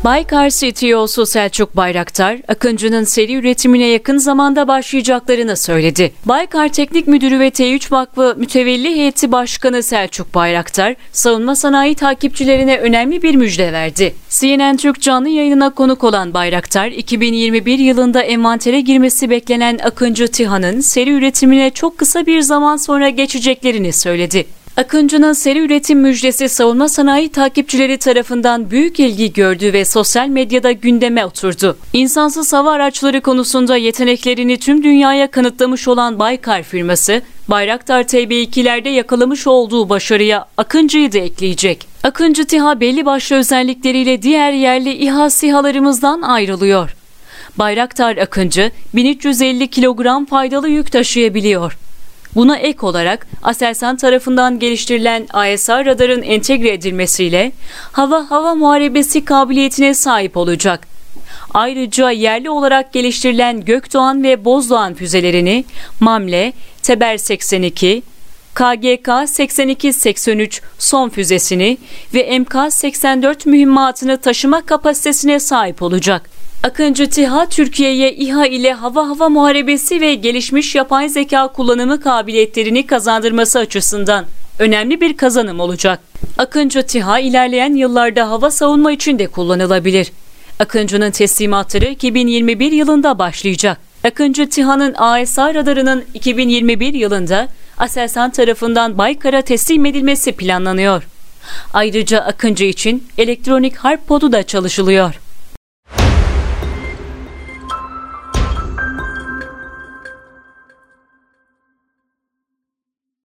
Baykar CTO'su Selçuk Bayraktar, Akıncı'nın seri üretimine yakın zamanda başlayacaklarını söyledi. Baykar Teknik Müdürü ve T3 Vakfı Mütevelli Heyeti Başkanı Selçuk Bayraktar, savunma sanayi takipçilerine önemli bir müjde verdi. CNN Türk canlı yayınına konuk olan Bayraktar, 2021 yılında envantere girmesi beklenen Akıncı TİHA'nın seri üretimine çok kısa bir zaman sonra geçeceklerini söyledi. Akıncı'nın seri üretim müjdesi savunma sanayi takipçileri tarafından büyük ilgi gördü ve sosyal medyada gündeme oturdu. İnsansız hava araçları konusunda yeteneklerini tüm dünyaya kanıtlamış olan Baykar firması, Bayraktar TB2'lerde yakalamış olduğu başarıya Akıncı'yı da ekleyecek. Akıncı TİHA belli başlı özellikleriyle diğer yerli İHA SİHA'larımızdan ayrılıyor. Bayraktar Akıncı 1350 kilogram faydalı yük taşıyabiliyor. Buna ek olarak Aselsan tarafından geliştirilen AESA radarın entegre edilmesiyle hava muharebesi kabiliyetine sahip olacak. Ayrıca yerli olarak geliştirilen Gökdoğan ve Bozdoğan füzelerini MAMLE, Teber 82, KGK 82-83 son füzesini ve MK-84 mühimmatını taşıma kapasitesine sahip olacak. Akıncı TİHA, Türkiye'ye İHA ile hava muharebesi ve gelişmiş yapay zeka kullanımı kabiliyetlerini kazandırması açısından önemli bir kazanım olacak. Akıncı TİHA ilerleyen yıllarda hava savunma için de kullanılabilir. Akıncı'nın teslimatları 2021 yılında başlayacak. Akıncı TİHA'nın AESA radarının 2021 yılında Aselsan tarafından Baykar'a teslim edilmesi planlanıyor. Ayrıca Akıncı için elektronik harp podu da çalışılıyor.